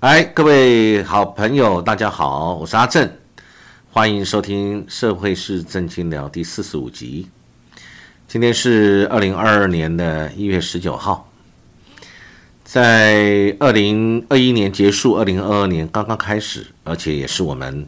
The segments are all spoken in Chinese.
嗨，各位好朋友，大家好，我是阿正，欢迎收听社会是正经聊第45集。今天是2022年的1月19号，在2021年结束，2022年刚刚开始，而且也是我们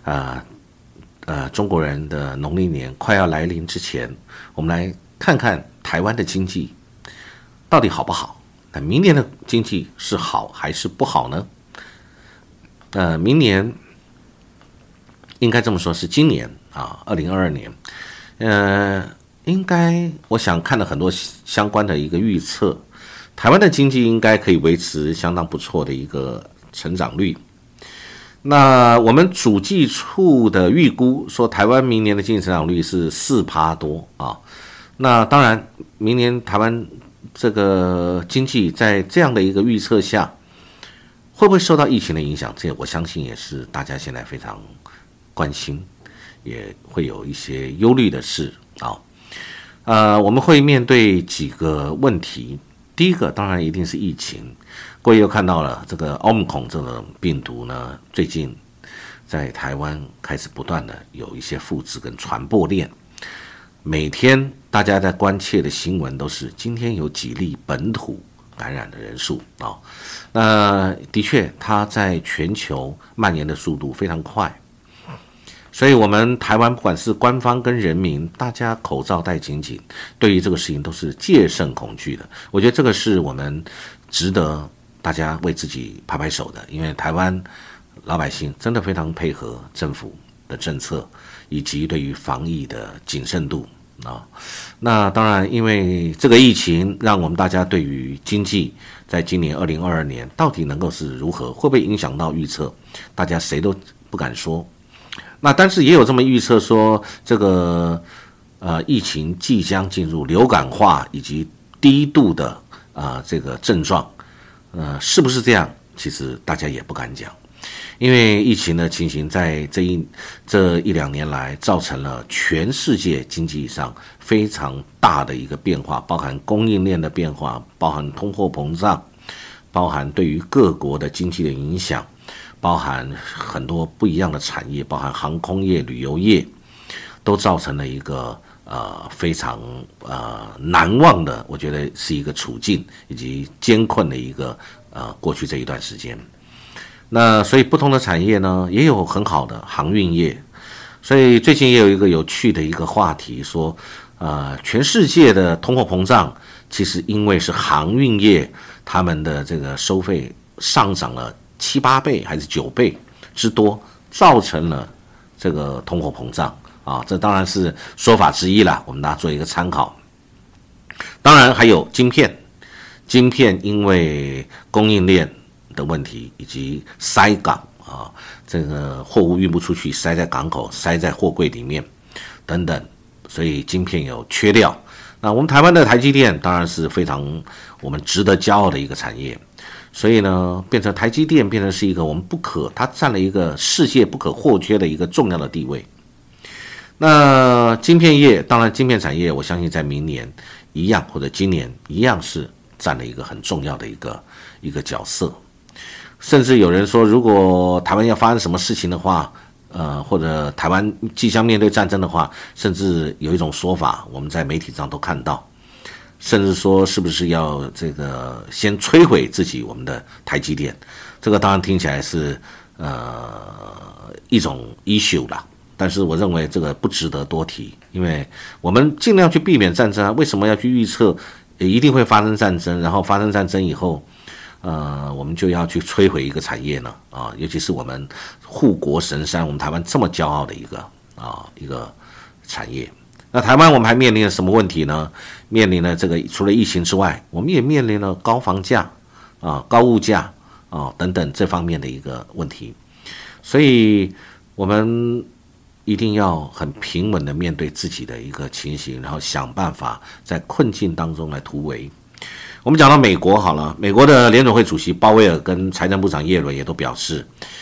中国人的农历年快要来临之前，我们来看看台湾的经济到底好不好？那明年的经济是好还是不好呢？明年应该这么说，是今年啊，2022年，应该我想看了很多相关的一个预测，台湾的经济应该可以维持相当不错的一个成长率。那我们主计处的预估说，台湾明年的经济成长率是4%多啊。那当然，明年台湾这个经济在这样的一个预测下，会不会受到疫情的影响？这我相信也是大家现在非常关心，也会有一些忧虑的事啊。我们会面对几个问题。第一个当然一定是疫情，各位又看到了这个 Omicron 这种病毒呢，最近在台湾开始不断的有一些复制跟传播链。每天大家在关切的新闻都是今天有几例本土感染的人数啊。那的确，它在全球蔓延的速度非常快，所以我们台湾不管是官方跟人民，大家口罩戴紧紧，对于这个事情都是戒慎恐惧的。我觉得这个是我们值得大家为自己拍拍手的，因为台湾老百姓真的非常配合政府的政策，以及对于防疫的谨慎度啊。那当然，因为这个疫情，让我们大家对于经济在今年2022年到底能够是如何，会不会影响到预测，大家谁都不敢说。那但是也有这么预测说，这个疫情即将进入流感化以及低度的这个症状，是不是这样？其实大家也不敢讲。因为疫情的情形在这一两年来造成了全世界经济上非常大的一个变化，包含供应链的变化，包含通货膨胀，包含对于各国的经济的影响，包含很多不一样的产业，包含航空业、旅游业，都造成了一个非常难忘的，我觉得是一个处境以及艰困的一个过去这一段时间。那所以不同的产业呢，也有很好的航运业，所以最近也有一个有趣的一个话题说，全世界的通货膨胀其实因为是航运业他们的这个收费上涨了7、8倍还是9倍之多，造成了这个通货膨胀啊，这当然是说法之一啦，我们大家做一个参考。当然还有晶片因为供应链的问题以及塞港啊，这个货物运不出去，塞在港口，塞在货柜里面等等，所以晶片有缺料。那我们台湾的台积电当然是非常我们值得骄傲的一个产业，所以呢，变成台积电变成是一个我们它占了一个世界不可或缺的一个重要的地位。那晶片业，当然晶片产业，我相信在明年一样或者今年一样是占了一个很重要的一个角色。甚至有人说，如果台湾要发生什么事情的话，或者台湾即将面对战争的话，甚至有一种说法，我们在媒体上都看到，甚至说是不是要这个先摧毁我们的台积电？这个当然听起来是一种 issue 啦，但是我认为这个不值得多提，因为我们尽量去避免战争啊。为什么要去预测一定会发生战争？然后发生战争以后，我们就要去摧毁一个产业呢？尤其是我们护国神山，我们台湾这么骄傲的一个产业。那台湾我们还面临了什么问题呢？面临了这个除了疫情之外，我们也面临了高房价高物价等等这方面的一个问题。所以我们一定要很平稳的面对自己的一个情形，然后想办法在困境当中来突围。我们讲到美国好了，美国的联准会主席鲍威尔跟财政部长耶伦也都表示，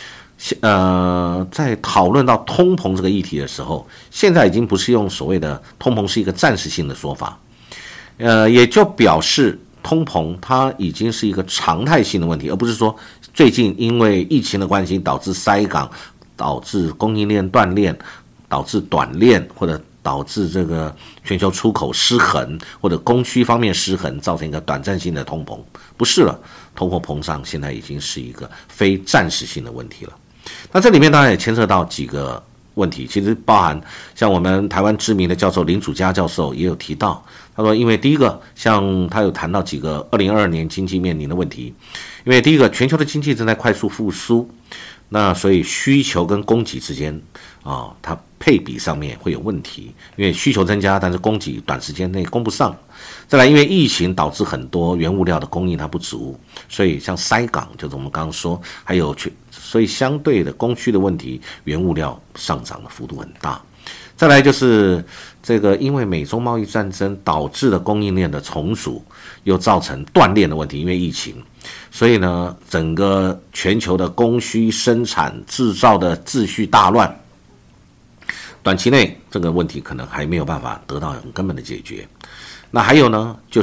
在讨论到通膨这个议题的时候，现在已经不是用所谓的通膨是一个暂时性的说法，也就表示通膨它已经是一个常态性的问题，而不是说最近因为疫情的关系导致塞港，导致供应链断裂，导致短链，或者导致这个全球出口失衡，或者供需方面失衡，造成一个短暂性的通膨。不是了，通货膨胀现在已经是一个非暂时性的问题了。那这里面当然也牵涉到几个问题，其实包含像我们台湾知名的教授林祖嘉教授也有提到，他说因为第一个，像他有谈到几个2022年经济面临的问题，因为第一个，全球的经济正在快速复苏，那所以需求跟供给之间它配比上面会有问题，因为需求增加，但是供给短时间内供不上。再来，因为疫情导致很多原物料的供应它不足，所以像塞港，就是我们刚刚说，还有所以相对的供需的问题，原物料上涨的幅度很大。再来就是这个，因为美中贸易战争导致的供应链的重组，又造成断链的问题，因为疫情，所以呢，整个全球的供需、生产、制造的秩序大乱。短期内这个问题可能还没有办法得到很根本的解决。那还有呢，就是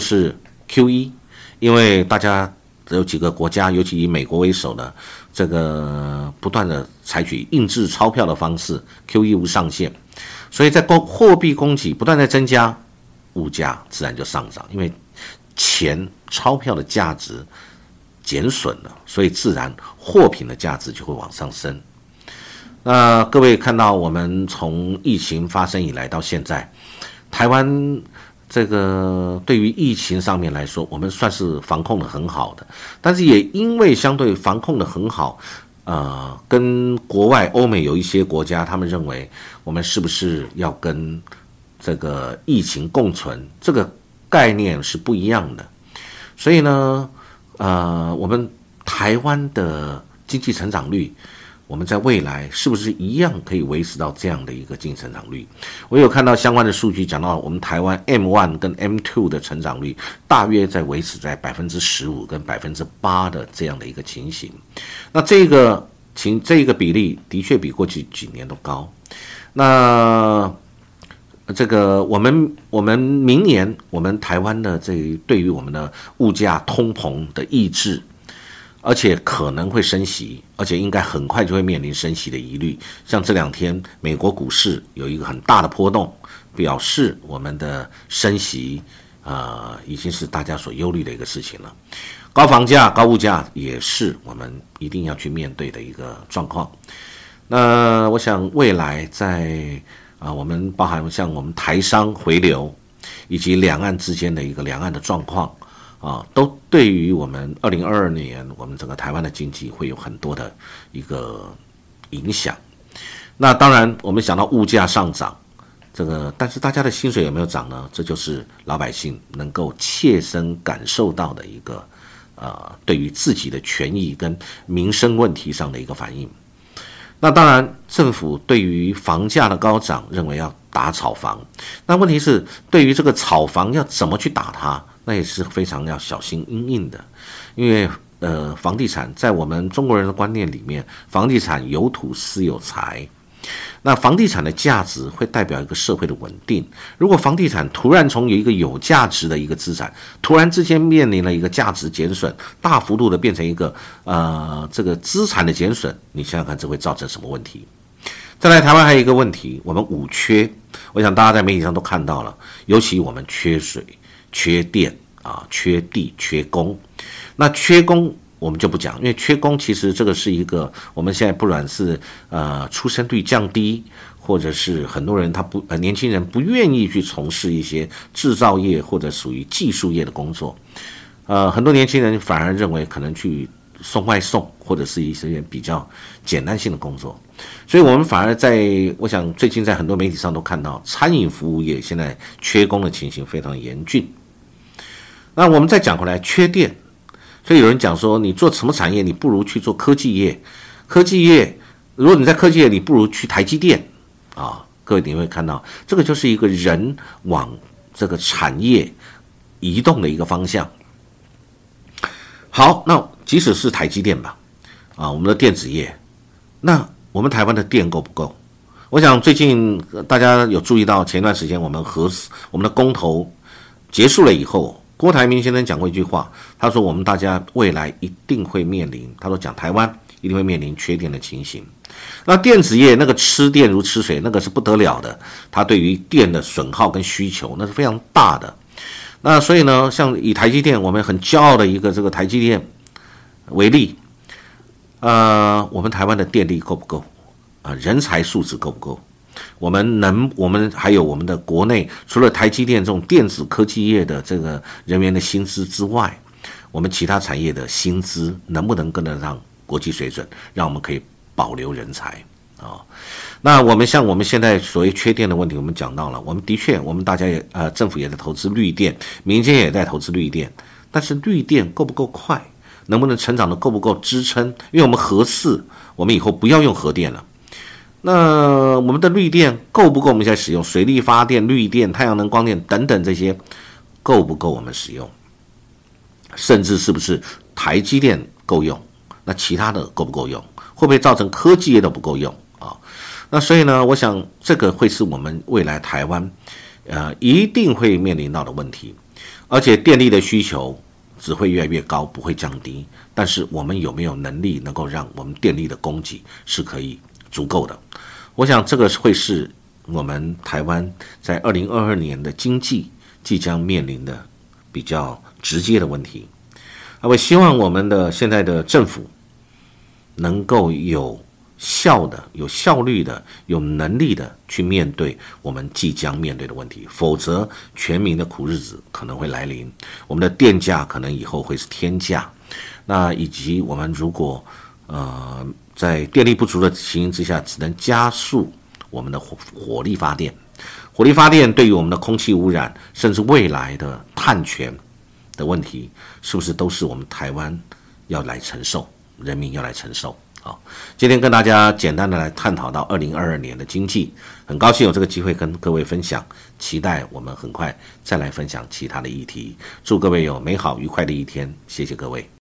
QE， 因为大家有几个国家，尤其以美国为首的，这个不断的采取印制钞票的方式 ，QE 无上限，所以在货币供给不断在增加，物价自然就上涨，因为钞票的价值减损了，所以自然货品的价值就会往上升。那各位看到，我们从疫情发生以来到现在，台湾这个对于疫情上面来说，我们算是防控的很好的，但是也因为相对防控的很好，跟国外欧美有一些国家，他们认为我们是不是要跟这个疫情共存，这个概念是不一样的。所以呢，我们台湾的经济成长率，我们在未来是不是一样可以维持到这样的一个经济成长率？我有看到相关的数据，讲到我们台湾 M1 跟 M2 的成长率大约在维持在 15% 跟 8% 的这样的一个情形。那这个比例的确比过去几年都高。那这个我们明年我们台湾的对于我们的物价通膨的抑制，而且可能会升息，而且应该很快就会面临升息的疑虑。像这两天美国股市有一个很大的波动，表示我们的升息已经是大家所忧虑的一个事情了。高房价、高物价也是我们一定要去面对的一个状况。那我想未来在我们包含像我们台商回流，以及两岸之间的一个两岸的状况都对于我们2022年我们整个台湾的经济会有很多的一个影响。那当然我们想到物价上涨，但是大家的薪水有没有涨呢？这就是老百姓能够切身感受到的一个对于自己的权益跟民生问题上的一个反应。那当然政府对于房价的高涨认为要打炒房，那问题是对于这个炒房要怎么去打它，那也是非常要小心因应的。因为房地产在我们中国人的观念里面，房地产有土斯有财，那房地产的价值会代表一个社会的稳定。如果房地产突然从有一个有价值的一个资产，突然之间面临了一个价值减损，大幅度的变成一个这个资产的减损，你想想看这会造成什么问题？再来，台湾还有一个问题，我们五缺，我想大家在媒体上都看到了，尤其我们缺水、缺电缺地、缺工。那缺工我们就不讲，因为缺工其实这个是一个我们现在不管是出生率降低，或者是很多人年轻人不愿意去从事一些制造业或者属于技术业的工作，很多年轻人反而认为可能去送外送或者是一些比较简单性的工作，所以我们反而我想最近在很多媒体上都看到餐饮服务业现在缺工的情形非常严峻。那我们再讲回来，缺电，所以有人讲说你做什么产业你不如去做科技业，如果你在科技业你不如去台积电各位你会看到这个就是一个人往这个产业移动的一个方向。好，那即使是台积电吧我们的电子业，那我们台湾的电够不够？我想最近大家有注意到前段时间我们的公投结束了以后， 郭台铭先生讲过一句话，他说我们大家未来一定会面临，他说讲台湾一定会面临缺电的情形。那电子业那个吃电如吃水，那个是不得了的，它对于电的损耗跟需求那是非常大的。那所以呢，像以台积电我们很骄傲的一个这个台积电为例，我们台湾的电力够不够？人才素质够不够？我们还有我们的国内，除了台积电这种电子科技业的这个人员的薪资之外，我们其他产业的薪资能不能跟得上国际水准，让我们可以保留人才啊？那我们像我们现在所谓缺电的问题，我们讲到了，我们的确，我们大家也政府也在投资绿电，民间也在投资绿电，但是绿电够不够快？能不能成长的够不够支撑？因为我们核四，我们以后不要用核电了。那我们的绿电够不够我们现在使用？水力发电、绿电、太阳能光电等等这些够不够我们使用？甚至是不是台积电够用？那其他的够不够用？会不会造成科技业都不够用啊？那所以呢，我想这个会是我们未来台湾一定会面临到的问题，而且电力的需求只会越来越高，不会降低。但是我们有没有能力能够让我们电力的供给是可以足够的？我想这个会是我们台湾在2022年的经济即将面临的比较直接的问题。我希望我们的现在的政府能够有效的、有效率的、有能力的去面对我们即将面对的问题，否则全民的苦日子可能会来临，我们的电价可能以后会是天价。那以及我们如果在电力不足的情形之下，只能加速我们的火力发电。火力发电对于我们的空气污染，甚至未来的碳权的问题，是不是都是我们台湾要来承受，人民要来承受？好，今天跟大家简单的来探讨到2022年的经济，很高兴有这个机会跟各位分享，期待我们很快再来分享其他的议题。祝各位有美好愉快的一天，谢谢各位。